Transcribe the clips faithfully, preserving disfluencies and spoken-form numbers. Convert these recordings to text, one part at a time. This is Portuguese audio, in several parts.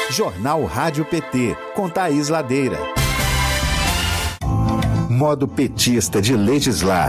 Jornal Rádio P T, com Thaís Ladeira. Modo petista de legislar.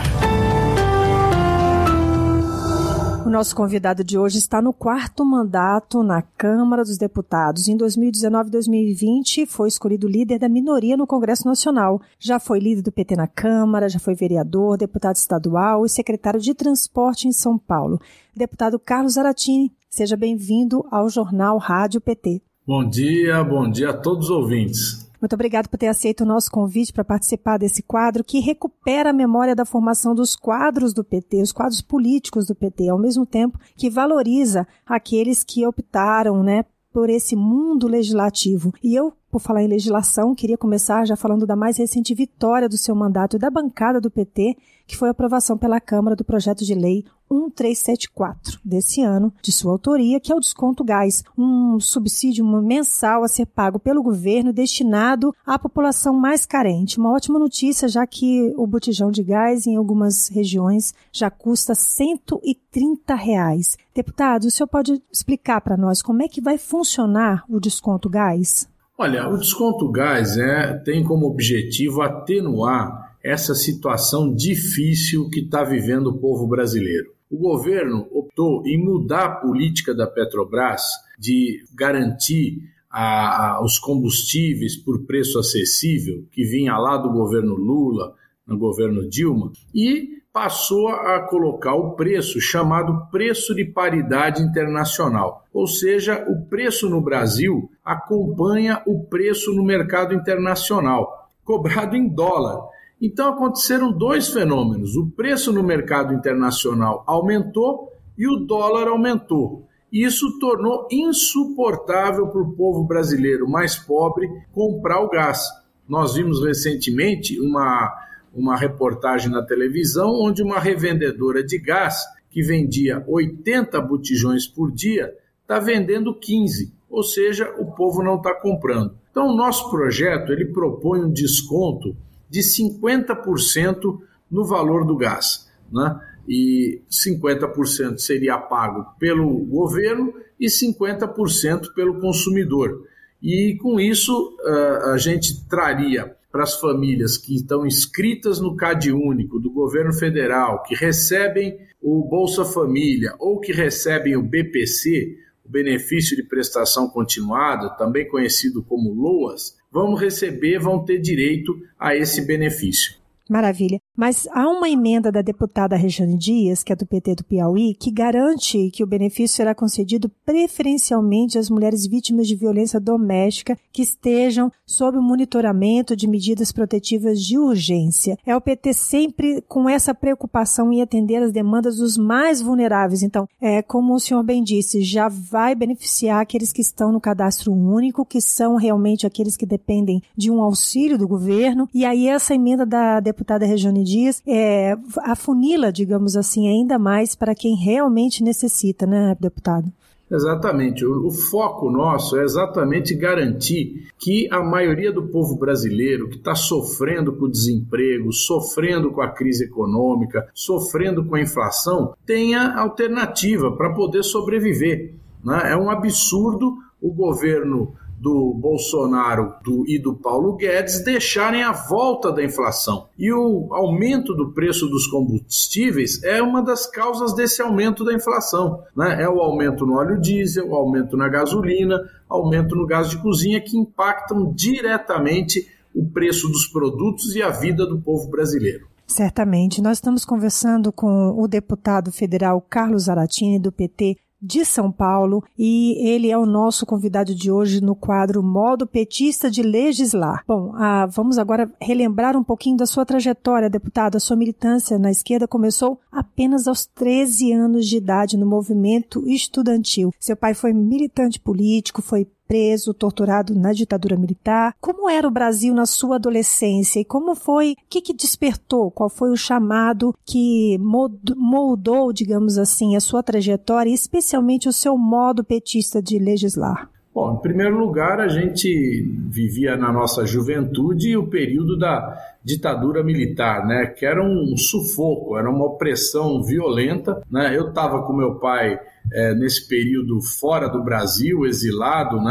O nosso convidado de hoje está no quarto mandato na Câmara dos Deputados. Em dois mil e dezenove e dois mil e vinte, foi escolhido líder da minoria no Congresso Nacional. Já foi líder do P T na Câmara, já foi vereador, deputado estadual e secretário de Transporte em São Paulo. Deputado Carlos Zaratini, seja bem-vindo ao Jornal Rádio P T. Bom dia, bom dia a todos os ouvintes. Muito obrigado por ter aceito o nosso convite para participar desse quadro que recupera a memória da formação dos quadros do P T, os quadros políticos do P T, ao mesmo tempo que valoriza aqueles que optaram, né, por esse mundo legislativo. E eu, por falar em legislação, queria começar já falando da mais recente vitória do seu mandato e da bancada do P T, que foi a aprovação pela Câmara do projeto de lei um três sete quatro desse ano, de sua autoria, que é o desconto gás, um subsídio mensal a ser pago pelo governo destinado à população mais carente. Uma ótima notícia, já que o botijão de gás em algumas regiões já custa cento e trinta reais. Deputado, o senhor pode explicar para nós como é que vai funcionar o desconto gás? Olha, o desconto gás é, tem como objetivo atenuar essa situação difícil que está vivendo o povo brasileiro. O governo optou em mudar a política da Petrobras de garantir a, a, os combustíveis por preço acessível, que vinha lá do governo Lula, no governo Dilma, e passou a colocar o preço chamado preço de paridade internacional. Ou seja, o preço no Brasil acompanha o preço no mercado internacional, cobrado em dólar. Então aconteceram dois fenômenos, o preço no mercado internacional aumentou e o dólar aumentou. Isso tornou insuportável para o povo brasileiro mais pobre comprar o gás. Nós vimos recentemente uma, uma reportagem na televisão onde uma revendedora de gás que vendia oitenta botijões por dia está vendendo quinze, ou seja, o povo não está comprando. Então o nosso projeto ele propõe um desconto de cinquenta por cento no valor do gás, né? E cinquenta por cento seria pago pelo governo e cinquenta por cento pelo consumidor. E com isso a gente traria para as famílias que estão inscritas no CadÚnico do governo federal, que recebem o Bolsa Família ou que recebem o B P C, o benefício de prestação continuada, também conhecido como LOAS, vão receber, vão ter direito a esse benefício. Maravilha. Mas há uma emenda da deputada Rejane Dias, que é do P T do Piauí, que garante que o benefício será concedido preferencialmente às mulheres vítimas de violência doméstica que estejam sob o monitoramento de medidas protetivas de urgência. É o P T sempre com essa preocupação em atender as demandas dos mais vulneráveis. Então, é, como o senhor bem disse, já vai beneficiar aqueles que estão no cadastro único, que são realmente aqueles que dependem de um auxílio do governo. E aí essa emenda da deputada Rejane Dias é, afunila, digamos assim, ainda mais para quem realmente necessita, né, deputado? Exatamente. O, o foco nosso é exatamente garantir que a maioria do povo brasileiro que está sofrendo com o desemprego, sofrendo com a crise econômica, sofrendo com a inflação, tenha alternativa para poder sobreviver, né? É um absurdo o governo do Bolsonaro do, e do Paulo Guedes deixarem a volta da inflação. E o aumento do preço dos combustíveis é uma das causas desse aumento da inflação, né? É o aumento no óleo diesel, o aumento na gasolina, aumento no gás de cozinha, que impactam diretamente o preço dos produtos e a vida do povo brasileiro. Certamente. Nós estamos conversando com o deputado federal Carlos Zaratini, do P T de São Paulo, e ele é o nosso convidado de hoje no quadro Modo Petista de Legislar. Bom, ah, vamos agora relembrar um pouquinho da sua trajetória, deputado. A sua militância na esquerda começou apenas aos treze anos de idade no movimento estudantil. Seu pai foi militante político, foi preso, torturado na ditadura militar. Como era o Brasil na sua adolescência e como foi, o que, que despertou, qual foi o chamado que moldou, digamos assim, a sua trajetória e especialmente o seu modo petista de legislar? Bom, em primeiro lugar, a gente vivia na nossa juventude o período da ditadura militar, né, que era um sufoco, era uma opressão violenta, né? Eu estava com meu pai é, nesse período fora do Brasil, exilado, né,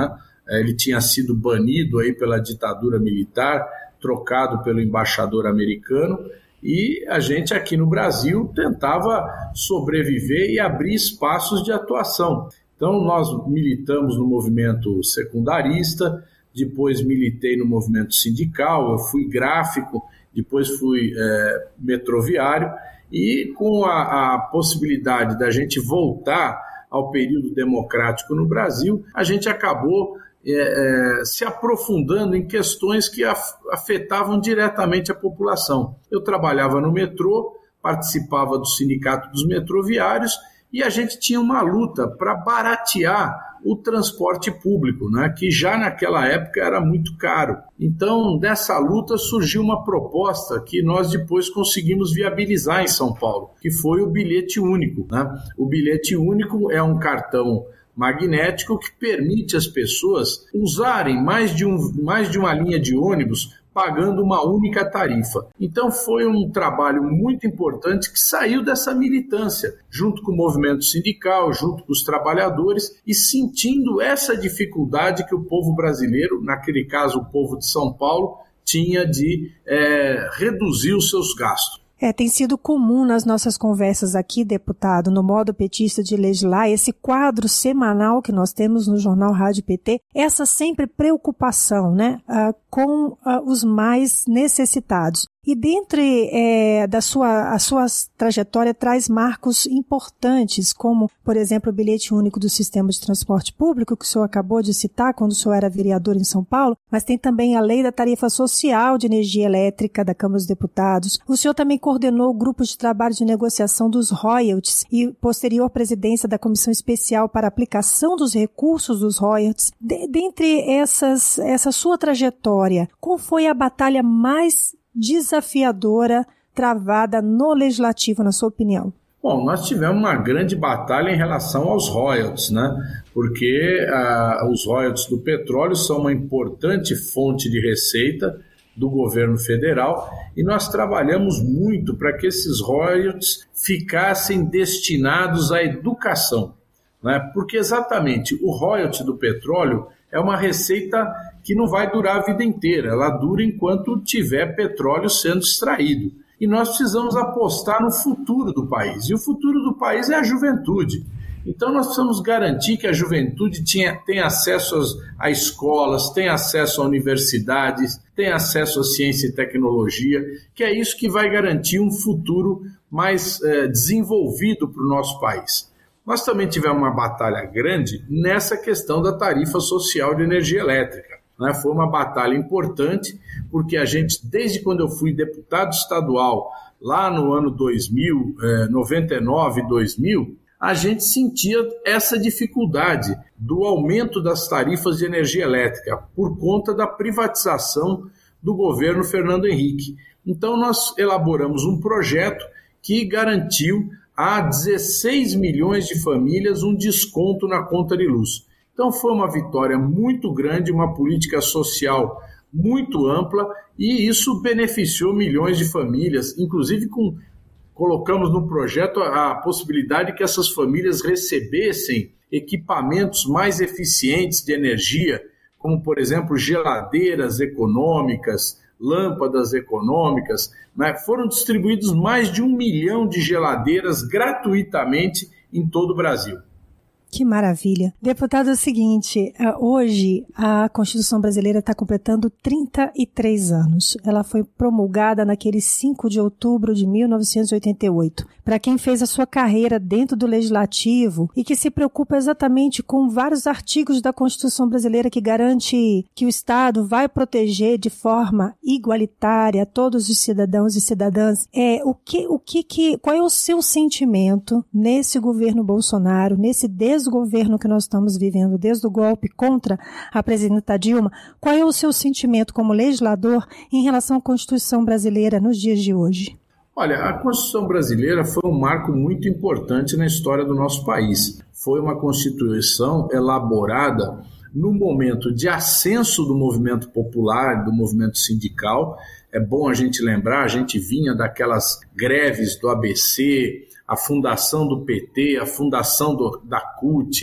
ele tinha sido banido aí pela ditadura militar, trocado pelo embaixador americano, e a gente aqui no Brasil tentava sobreviver e abrir espaços de atuação. Então nós militamos no movimento secundarista, depois militei no movimento sindical, eu fui gráfico, depois fui é, metroviário, e com a, a possibilidade da gente voltar ao período democrático no Brasil, a gente acabou é, é, se aprofundando em questões que afetavam diretamente a população. Eu trabalhava no metrô, participava do sindicato dos metroviários, e a gente tinha uma luta para baratear o transporte público, né, que já naquela época era muito caro. Então, dessa luta surgiu uma proposta que nós depois conseguimos viabilizar em São Paulo, que foi o bilhete único, né? O bilhete único é um cartão magnético que permite às pessoas usarem mais de, um, mais de uma linha de ônibus pagando uma única tarifa. Então foi um trabalho muito importante que saiu dessa militância, junto com o movimento sindical, junto com os trabalhadores, e sentindo essa dificuldade que o povo brasileiro, naquele caso o povo de São Paulo, tinha de é, reduzir os seus gastos. É, tem sido comum nas nossas conversas aqui, deputado, no modo petista de legislar, esse quadro semanal que nós temos no Jornal Rádio P T, essa sempre preocupação, né, uh, com uh, os mais necessitados. E dentre é, da sua, a sua trajetória traz marcos importantes, como, por exemplo, o bilhete único do sistema de transporte público, que o senhor acabou de citar quando o senhor era vereador em São Paulo, mas tem também a lei da tarifa social de energia elétrica da Câmara dos Deputados. O senhor também coordenou o grupo de trabalho de negociação dos royalties e posterior presidência da Comissão Especial para a Aplicação dos Recursos dos Royalties. De, dentre essas, essa sua trajetória, qual foi a batalha mais desafiadora travada no Legislativo, na sua opinião? Bom, nós tivemos uma grande batalha em relação aos royalties, né? Porque ah, os royalties do petróleo são uma importante fonte de receita do governo federal e nós trabalhamos muito para que esses royalties ficassem destinados à educação, né? Porque exatamente o royalty do petróleo é uma receita que não vai durar a vida inteira, ela dura enquanto tiver petróleo sendo extraído. E nós precisamos apostar no futuro do país, e o futuro do país é a juventude. Então nós precisamos garantir que a juventude tenha, tenha acesso às, a escolas, tenha acesso a universidades, tenha acesso à ciência e tecnologia, que é isso que vai garantir um futuro mais eh, desenvolvido para o nosso país. Nós também tivemos uma batalha grande nessa questão da tarifa social de energia elétrica, né? Foi uma batalha importante, porque a gente, desde quando eu fui deputado estadual, lá no ano dois mil, eh, noventa e nove, dois mil, a gente sentia essa dificuldade do aumento das tarifas de energia elétrica por conta da privatização do governo Fernando Henrique. Então nós elaboramos um projeto que garantiu a dezesseis milhões de famílias um desconto na conta de luz. Então foi uma vitória muito grande, uma política social muito ampla, e isso beneficiou milhões de famílias, inclusive com, colocamos no projeto a, a possibilidade que essas famílias recebessem equipamentos mais eficientes de energia, como por exemplo geladeiras econômicas, lâmpadas econômicas, né? Foram distribuídos mais de um milhão de geladeiras gratuitamente em todo o Brasil. Que maravilha. Deputado, é o seguinte, hoje a Constituição brasileira está completando trinta e três anos. Ela foi promulgada naquele cinco de outubro de mil novecentos e oitenta e oito. Para quem fez a sua carreira dentro do Legislativo e que se preocupa exatamente com vários artigos da Constituição brasileira que garante que o Estado vai proteger de forma igualitária todos os cidadãos e cidadãs, é, o que, o que, que, qual é o seu sentimento nesse governo Bolsonaro, nesse desgoverno governo que nós estamos vivendo, desde o golpe contra a presidenta Dilma, qual é o seu sentimento como legislador em relação à Constituição brasileira nos dias de hoje? Olha, a Constituição brasileira foi um marco muito importante na história do nosso país. Foi uma Constituição elaborada no momento de ascenso do movimento popular, do movimento sindical. É bom a gente lembrar, a gente vinha daquelas greves do A B C, a fundação do P T, a fundação do, da C U T,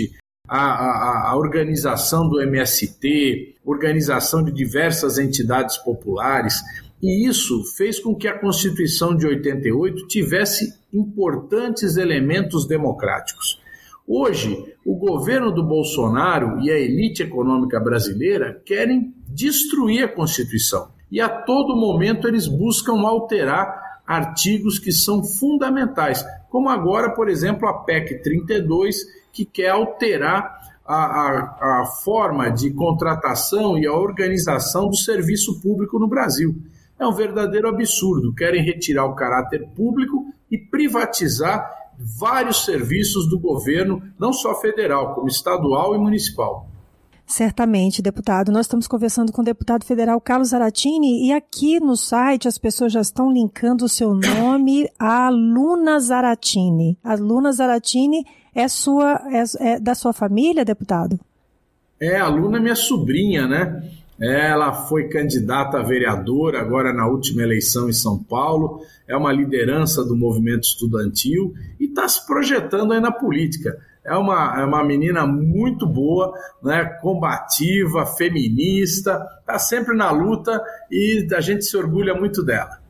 a, a, a organização do M S T, organização de diversas entidades populares, e isso fez com que a Constituição de oitenta e oito tivesse importantes elementos democráticos. Hoje, o governo do Bolsonaro e a elite econômica brasileira querem destruir a Constituição. E a todo momento eles buscam alterar artigos que são fundamentais, como agora, por exemplo, a P E C trinta e dois, que quer alterar a, a, a forma de contratação e a organização do serviço público no Brasil. É um verdadeiro absurdo. Querem retirar o caráter público e privatizar vários serviços do governo, não só federal, como estadual e municipal. Certamente, deputado. Nós estamos conversando com o deputado federal Carlos Zaratini e aqui no site as pessoas já estão linkando o seu nome a Luna Zaratini. A Luna Zaratini é, sua, é, é da sua família, deputado? É, a Luna é minha sobrinha, né? Ela foi candidata a vereadora agora na última eleição em São Paulo, é uma liderança do movimento estudantil e está se projetando aí na política. É uma, é uma menina muito boa, né, combativa, feminista, está sempre na luta e a gente se orgulha muito dela.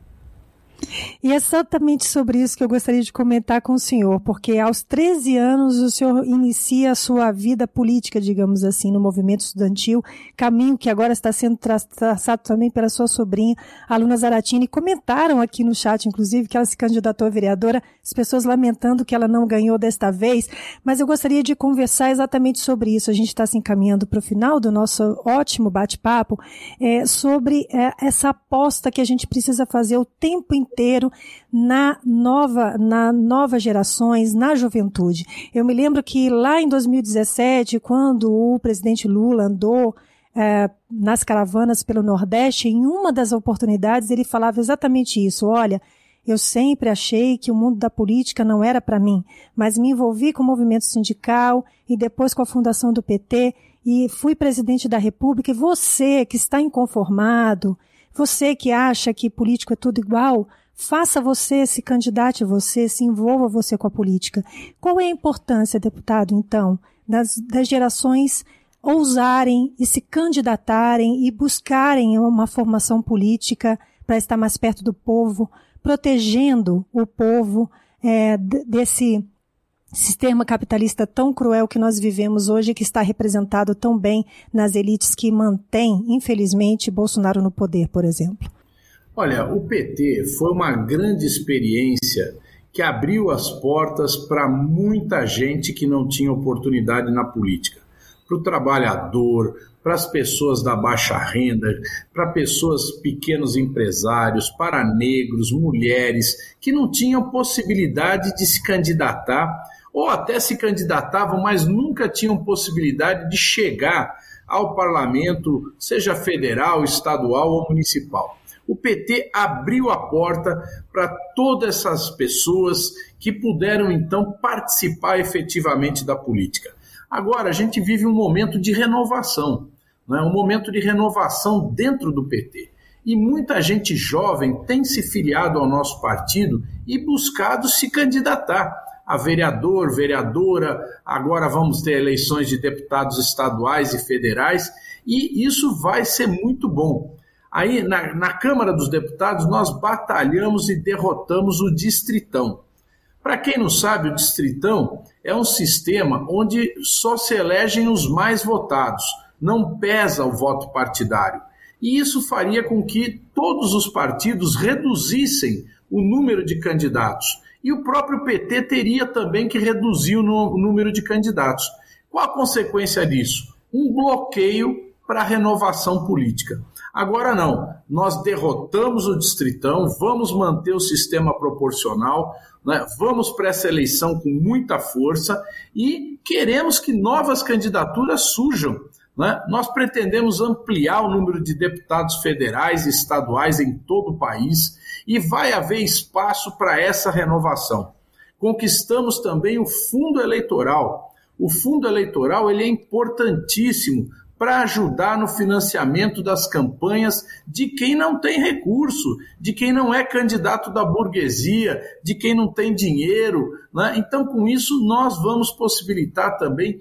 E é exatamente sobre isso que eu gostaria de comentar com o senhor, porque aos treze anos o senhor inicia a sua vida política, digamos assim, no movimento estudantil, caminho que agora está sendo tra- traçado também pela sua sobrinha, a Luna Zaratini. Comentaram aqui no chat, inclusive, que ela se candidatou a vereadora, as pessoas lamentando que ela não ganhou desta vez, mas eu gostaria de conversar exatamente sobre isso. A gente está se encaminhando para o final do nosso ótimo bate-papo, é, sobre é, essa aposta que a gente precisa fazer o tempo inteiro inteiro na nova, na novas gerações, na juventude. Eu me lembro que lá em dois mil e dezessete, quando o presidente Lula andou é, nas caravanas pelo Nordeste, em uma das oportunidades ele falava exatamente isso. Olha, eu sempre achei que o mundo da política não era para mim, mas me envolvi com o movimento sindical e depois com a fundação do P T e fui presidente da República. E você que está inconformado, você que acha que político é tudo igual, faça você, se candidate você, se envolva você com a política. Qual é a importância, deputado, então, das, das gerações ousarem e se candidatarem e buscarem uma formação política para estar mais perto do povo, protegendo o povo é, desse sistema capitalista tão cruel que nós vivemos hoje, que está representado tão bem nas elites que mantêm, infelizmente, Bolsonaro no poder, por exemplo? Olha, o P T foi uma grande experiência que abriu as portas para muita gente que não tinha oportunidade na política. Para o trabalhador, para as pessoas da baixa renda, para pessoas, pequenos empresários, para negros, mulheres, que não tinham possibilidade de se candidatar, ou até se candidatavam, mas nunca tinham possibilidade de chegar ao parlamento, seja federal, estadual ou municipal. O P T abriu a porta para todas essas pessoas que puderam, então, participar efetivamente da política. Agora, a gente vive um momento de renovação, né? Um momento de renovação dentro do P T. E muita gente jovem tem se filiado ao nosso partido e buscado se candidatar a vereador, vereadora. Agora vamos ter eleições de deputados estaduais e federais, e isso vai ser muito bom. Aí, na, na Câmara dos Deputados, nós batalhamos e derrotamos o Distritão. Para quem não sabe, o Distritão é um sistema onde só se elegem os mais votados, não pesa o voto partidário. E isso faria com que todos os partidos reduzissem o número de candidatos. E o próprio P T teria também que reduzir o número de candidatos. Qual a consequência disso? Um bloqueio para a renovação política. Agora não, nós derrotamos o Distritão, vamos manter o sistema proporcional, né? Vamos para essa eleição com muita força e queremos que novas candidaturas surjam, né? Nós pretendemos ampliar o número de deputados federais e estaduais em todo o país e vai haver espaço para essa renovação. Conquistamos também o fundo eleitoral. O fundo eleitoral ele é importantíssimo para ajudar no financiamento das campanhas de quem não tem recurso, de quem não é candidato da burguesia, de quem não tem dinheiro, né? Então, com isso, nós vamos possibilitar também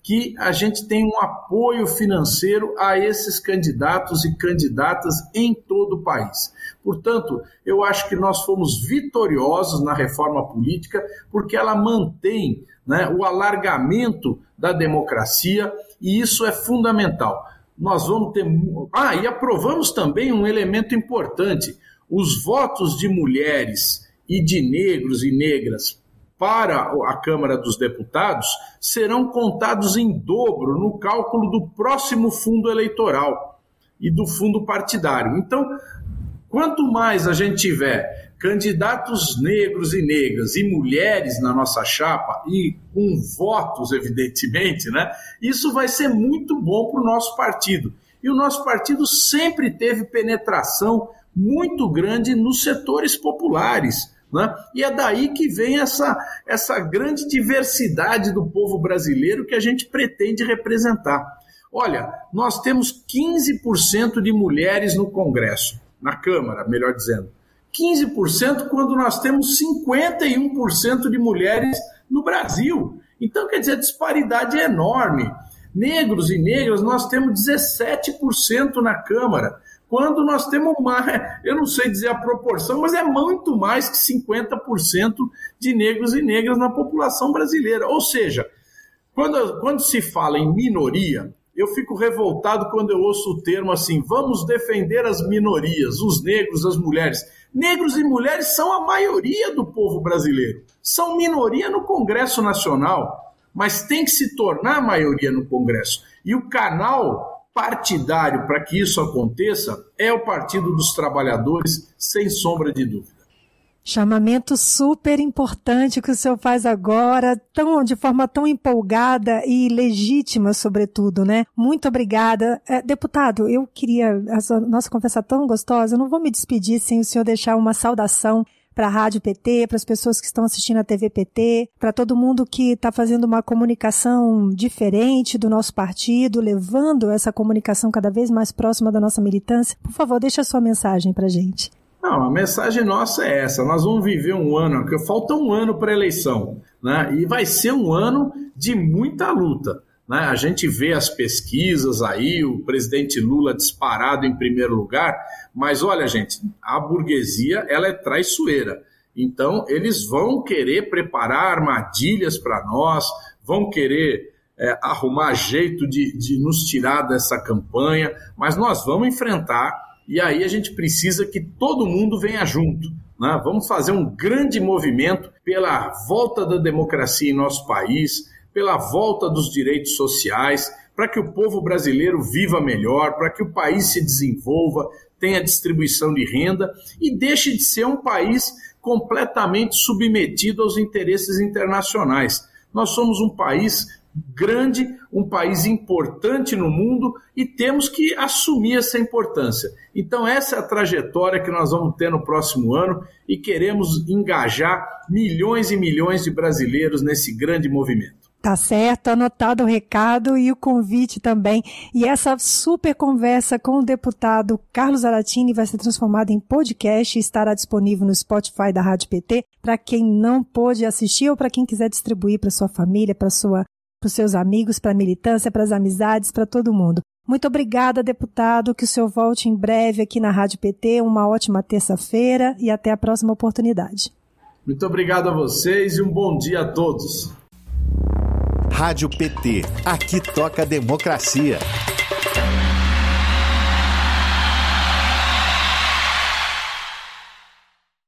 que a gente tem um apoio financeiro a esses candidatos e candidatas em todo o país. Portanto, eu acho que nós fomos vitoriosos na reforma política porque ela mantém, né, o alargamento da democracia e isso é fundamental. Nós vamos ter... Ah, e aprovamos também um elemento importante. Os votos de mulheres e de negros e negras para a Câmara dos Deputados serão contados em dobro no cálculo do próximo fundo eleitoral e do fundo partidário. Então, quanto mais a gente tiver candidatos negros e negras e mulheres na nossa chapa, e com votos, evidentemente, né, isso vai ser muito bom para o nosso partido. E o nosso partido sempre teve penetração muito grande nos setores populares, né? E é daí que vem essa, essa grande diversidade do povo brasileiro que a gente pretende representar. Olha, nós temos quinze por cento de mulheres no Congresso, na Câmara, melhor dizendo. quinze por cento quando nós temos cinquenta e um por cento de mulheres no Brasil. Então, quer dizer, a disparidade é enorme. Negros e negras, nós temos dezessete por cento na Câmara. Quando nós temos mais, eu não sei dizer a proporção, mas é muito mais que cinquenta por cento de negros e negras na população brasileira. Ou seja, quando, quando se fala em minoria, eu fico revoltado quando eu ouço o termo assim, vamos defender as minorias, os negros, as mulheres. Negros e mulheres são a maioria do povo brasileiro, são minoria no Congresso Nacional, mas tem que se tornar a maioria no Congresso. E o canal partidário para que isso aconteça é o Partido dos Trabalhadores, sem sombra de dúvida. Chamamento super importante que o senhor faz agora, tão, de forma tão empolgada e legítima, sobretudo, né? Muito obrigada. É, deputado, eu queria, a nossa conversa tão gostosa, eu não vou me despedir sem o senhor deixar uma saudação para a Rádio P T, para as pessoas que estão assistindo a T V P T, para todo mundo que está fazendo uma comunicação diferente do nosso partido, levando essa comunicação cada vez mais próxima da nossa militância. Por favor, deixa a sua mensagem para a gente. Não, a mensagem nossa é essa, nós vamos viver um ano, porque falta um ano para a eleição, né? E vai ser um ano de muita luta, né? A gente vê as pesquisas aí, o presidente Lula disparado em primeiro lugar, mas olha, gente, a burguesia ela é traiçoeira, então eles vão querer preparar armadilhas para nós, vão querer é, arrumar jeito de, de nos tirar dessa campanha, mas nós vamos enfrentar. E aí a gente precisa que todo mundo venha junto, né? Vamos fazer um grande movimento pela volta da democracia em nosso país, pela volta dos direitos sociais, para que o povo brasileiro viva melhor, para que o país se desenvolva, tenha distribuição de renda e deixe de ser um país completamente submetido aos interesses internacionais. Nós somos um país grande, um país importante no mundo e temos que assumir essa importância. Então essa é a trajetória que nós vamos ter no próximo ano e queremos engajar milhões e milhões de brasileiros nesse grande movimento. Tá certo, anotado o recado e o convite também. E essa super conversa com o deputado Carlos Zaratini vai ser transformada em podcast e estará disponível no Spotify da Rádio P T para quem não pôde assistir ou para quem quiser distribuir para sua família, para sua para os seus amigos, para a militância, para as amizades, para todo mundo. Muito obrigada, deputado, que o senhor volte em breve aqui na Rádio P T, uma ótima terça-feira e até a próxima oportunidade. Muito obrigado a vocês e um bom dia a todos. Rádio P T, aqui toca democracia.